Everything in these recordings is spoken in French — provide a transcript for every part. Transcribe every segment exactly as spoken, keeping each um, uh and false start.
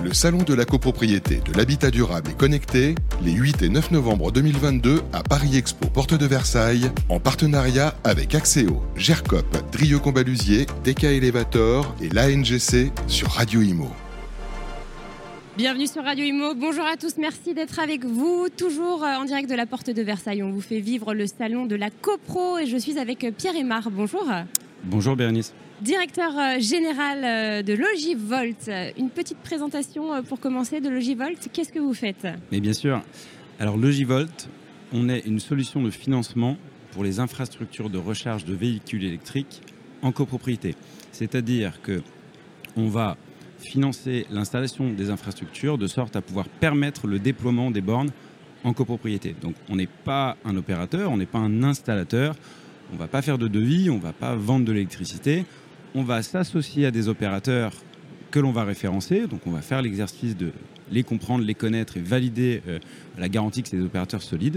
Le salon de la copropriété, de l'habitat durable et connecté, les huit et neuf novembre deux mille vingt-deux à Paris Expo, porte de Versailles, en partenariat avec Axéo, Gercop, Drieux-Combalusier, D K Elevator et l'A N G C sur Radio Imo. Bienvenue sur Radio Imo, bonjour à tous, merci d'être avec vous, toujours en direct de la porte de Versailles. On vous fait vivre le salon de la copro et je suis avec Pierre Aymar, bonjour. Bonjour Bérénice. Directeur général de Logivolt. Une petite présentation pour commencer de Logivolt, qu'est-ce que vous faites ? Mais bien sûr, alors Logivolt, on est une solution de financement pour les infrastructures de recharge de véhicules électriques en copropriété. C'est-à-dire qu'on va financer l'installation des infrastructures de sorte à pouvoir permettre le déploiement des bornes en copropriété. Donc on n'est pas un opérateur, on n'est pas un installateur, on ne va pas faire de devis, on ne va pas vendre de l'électricité, on va s'associer à des opérateurs que l'on va référencer, donc on va faire l'exercice de les comprendre, les connaître et valider euh, la garantie que c'est des opérateurs solides.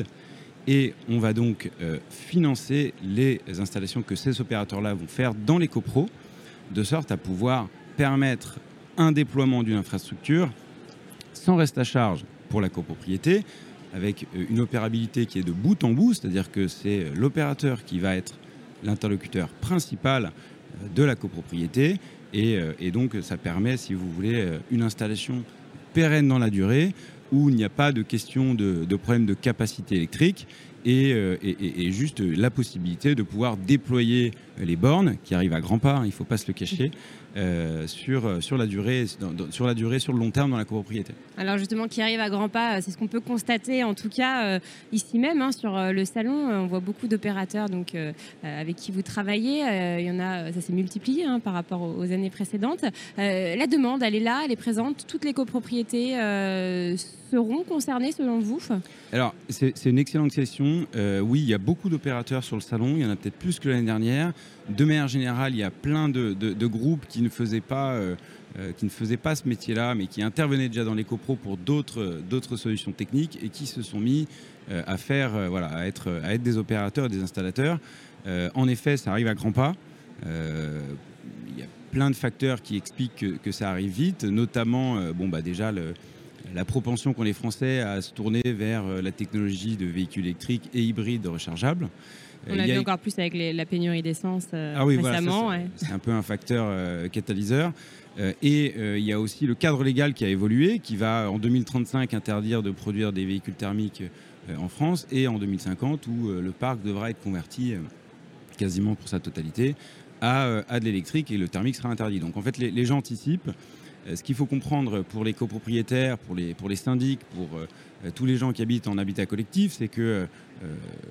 Et on va donc euh, financer les installations que ces opérateurs-là vont faire dans les copros, de sorte à pouvoir permettre un déploiement d'une infrastructure sans reste à charge pour la copropriété, avec une opérabilité qui est de bout en bout, c'est-à-dire que c'est l'opérateur qui va être l'interlocuteur principal de la copropriété, et, et donc ça permet, si vous voulez, une installation pérenne dans la durée, où il n'y a pas de question de, de problème de capacité électrique, et, et, et juste la possibilité de pouvoir déployer les bornes, qui arrivent à grands pas, il ne faut pas se le cacher, euh, sur, sur, la durée, dans, sur la durée, sur le long terme dans la copropriété. Alors justement, qui arrive à grands pas, c'est ce qu'on peut constater, en tout cas euh, ici même, hein, sur euh, le salon, on voit beaucoup d'opérateurs donc, euh, avec qui vous travaillez, euh, il y en a, ça s'est multiplié hein, par rapport aux, aux années précédentes. Euh, la demande, elle est là, elle est présente, toutes les copropriétés euh, seront concernées selon vous ? Alors, c'est, c'est une excellente question. Euh, oui, il y a beaucoup d'opérateurs sur le salon, il y en a peut-être plus que l'année dernière. De manière générale, il y a plein de, de, de groupes qui ne faisaient pas, euh, euh, qui ne faisaient pas ce métier-là, mais qui intervenaient déjà dans les copros pour d'autres, d'autres solutions techniques et qui se sont mis euh, à faire, euh, voilà, à être, à être des opérateurs et des installateurs. Euh, en effet, ça arrive à grands pas. Euh, il y a plein de facteurs qui expliquent que, que ça arrive vite, notamment, euh, bon, bah, déjà, le, la propension qu'ont les Français à se tourner vers la technologie de véhicules électriques et hybrides rechargeables. On l'a vu a... encore plus avec les, la pénurie d'essence euh, ah oui, récemment. Voilà, ça, c'est, ouais. c'est un peu un facteur euh, catalyseur. Euh, et euh, il y a aussi le cadre légal qui a évolué, qui va en deux mille trente-cinq interdire de produire des véhicules thermiques euh, en France, et en deux mille cinquante où euh, le parc devra être converti euh, quasiment pour sa totalité à, euh, à de l'électrique, et le thermique sera interdit. Donc en fait, les, les gens anticipent. Ce qu'il faut comprendre pour les copropriétaires, pour les, pour les syndics, pour euh, tous les gens qui habitent en habitat collectif, c'est que euh,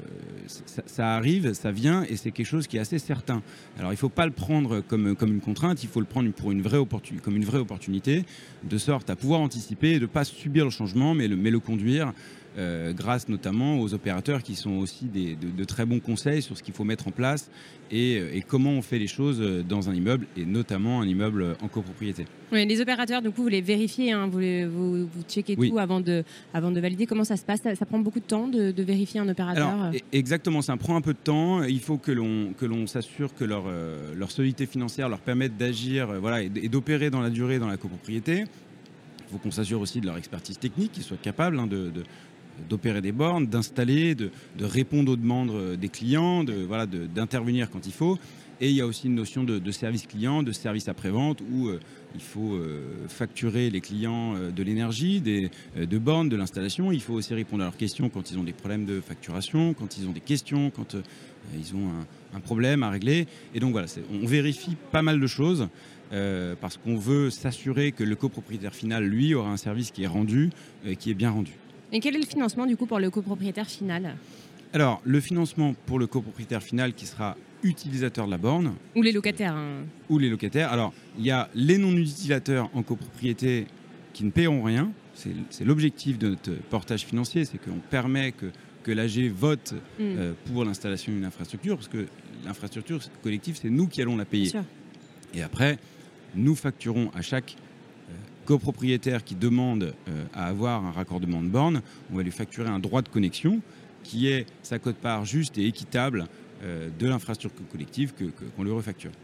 ça, ça arrive, ça vient, et c'est quelque chose qui est assez certain. Alors il ne faut pas le prendre comme, comme une contrainte, il faut le prendre pour une vraie opportun, comme une vraie opportunité, de sorte à pouvoir anticiper et de ne pas subir le changement, mais le, mais le conduire, euh, grâce notamment aux opérateurs qui sont aussi des, de, de très bons conseils sur ce qu'il faut mettre en place et, et comment on fait les choses dans un immeuble, et notamment un immeuble en copropriété. Oui, les opérateurs, du coup, vous les vérifiez, hein, vous, les, vous, vous checkez oui. tout avant de, avant de valider. Comment ça se passe ? ça, ça prend beaucoup de temps de, de vérifier un opérateur ? Alors, exactement, ça prend un peu de temps. Il faut que l'on, que l'on s'assure que leur, euh, leur solidité financière leur permette d'agir euh, voilà, et, et d'opérer dans la durée dans la copropriété. Il faut qu'on s'assure aussi de leur expertise technique, qu'ils soient capables hein, de, de, d'opérer des bornes, d'installer, de, de répondre aux demandes des clients, de, voilà, de, d'intervenir quand il faut. Et il y a aussi une notion de, de service client, de service après-vente, où euh, il faut euh, facturer les clients euh, de l'énergie, des, euh, de bornes, de l'installation. Il faut aussi répondre à leurs questions quand ils ont des problèmes de facturation, quand ils ont des questions, quand euh, ils ont un, un problème à régler. Et donc voilà, c'est, on vérifie pas mal de choses euh, parce qu'on veut s'assurer que le copropriétaire final, lui, aura un service qui est rendu, euh, qui est bien rendu. Et quel est le financement du coup pour le copropriétaire final ? Alors, le financement pour le copropriétaire final qui sera utilisateur de la borne. Ou les locataires. Hein. Ou les locataires. Alors, il y a les non-utilisateurs en copropriété qui ne paieront rien. C'est, c'est l'objectif de notre portage financier, c'est qu'on permet que, que l'A G vote mm. euh, pour l'installation d'une infrastructure, parce que l'infrastructure collective, c'est nous qui allons la payer. Et après, nous facturons à chaque copropriétaire qui demande euh, à avoir un raccordement de borne, on va lui facturer un droit de connexion qui est sa quote-part juste et équitable euh, de l'infrastructure collective que, que, qu'on lui refacture.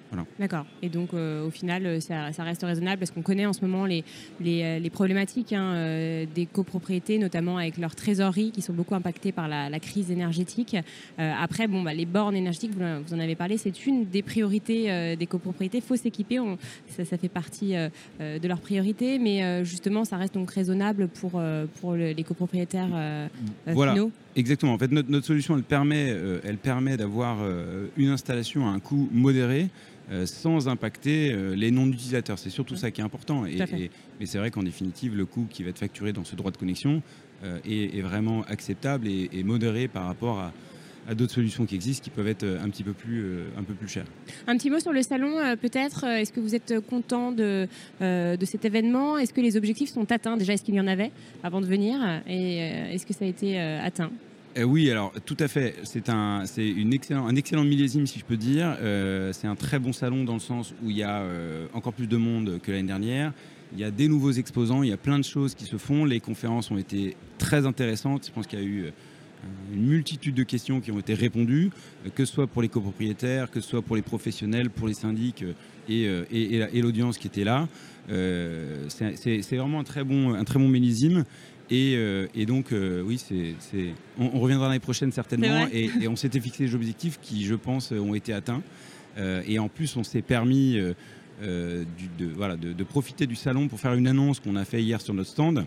Voilà. D'accord. Et donc, euh, au final, ça, ça reste raisonnable parce qu'on connaît en ce moment les, les, les problématiques hein, euh, des copropriétés, notamment avec leur trésorerie, qui sont beaucoup impactées par la, la crise énergétique. Euh, après, bon, bah, les bornes énergétiques, vous, vous en avez parlé, c'est une des priorités euh, des copropriétés. Il faut s'équiper, on, ça, ça fait partie euh, de leurs priorités, mais euh, justement, ça reste donc raisonnable pour, euh, pour le, les copropriétaires euh, voilà. finaux. Exactement. En fait, notre, notre solution, elle permet, euh, elle permet d'avoir euh, une installation à un coût modéré, euh, sans impacter euh, les non-utilisateurs. C'est surtout ça qui est important. Et, et, mais c'est vrai qu'en définitive, le coût qui va être facturé dans ce droit de connexion euh, est, est vraiment acceptable et, et modéré par rapport à, à d'autres solutions qui existent, qui peuvent être un petit peu plus, euh, un peu plus chères. Un petit mot sur le salon, euh, peut-être. Est-ce que vous êtes content de, euh, de cet événement? Est-ce que les objectifs sont atteints? Déjà, est-ce qu'il y en avait avant de venir? Et euh, est-ce que ça a été euh, atteint? Euh, oui, alors tout à fait. C'est un, c'est une excellent, un excellent millésime, si je peux dire. Euh, c'est un très bon salon dans le sens où il y a euh, encore plus de monde que l'année dernière. Il y a des nouveaux exposants, il y a plein de choses qui se font. Les conférences ont été très intéressantes. Je pense qu'il y a eu une multitude de questions qui ont été répondues, que ce soit pour les copropriétaires, que ce soit pour les professionnels, pour les syndics et, et, et, et l'audience qui était là. Euh, c'est, c'est, c'est vraiment un très bon, un très bon millésime. Et, euh, et donc, euh, oui, c'est, c'est... On, on reviendra l'année prochaine certainement. Et, et on s'était fixé des objectifs qui, je pense, ont été atteints. Euh, et en plus, on s'est permis euh, euh, du, de, voilà, de, de profiter du salon pour faire une annonce qu'on a fait hier sur notre stand.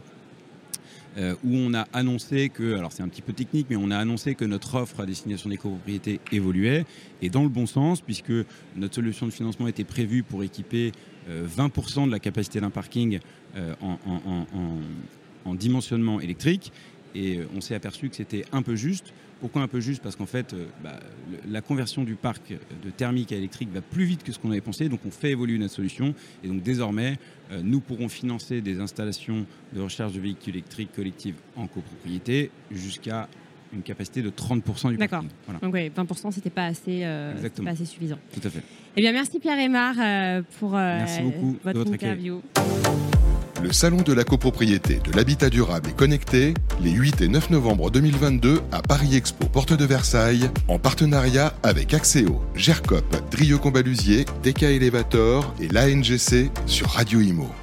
Euh, où on a annoncé que, alors c'est un petit peu technique, mais on a annoncé que notre offre à destination des copropriétés évoluait, et dans le bon sens, puisque notre solution de financement était prévue pour équiper euh, vingt pour cent de la capacité d'un parking euh, en, en, en, en, en dimensionnement électrique, et on s'est aperçu que c'était un peu juste. Pourquoi un peu juste? Parce qu'en fait, euh, bah, le, la conversion du parc de thermique à électrique va plus vite que ce qu'on avait pensé, donc on fait évoluer notre solution, et donc désormais, euh, nous pourrons financer des installations de recharge de véhicules électriques collectives en copropriété jusqu'à une capacité de trente pour cent du D'accord. parking. Voilà. Donc oui, vingt pour cent, c'était pas assez, euh, c'était pas assez suffisant. Tout à fait. Eh bien, merci Pierre Aymar euh, pour euh, merci beaucoup votre, de votre interview. Accueil. Le Salon de la copropriété, de l'habitat durable et connecté, les huit et neuf novembre deux mille vingt-deux à Paris Expo, porte de Versailles, en partenariat avec Axéo, Gercop, Drieux Combalusier, D K Elevator et l'A N G C sur Radio Imo.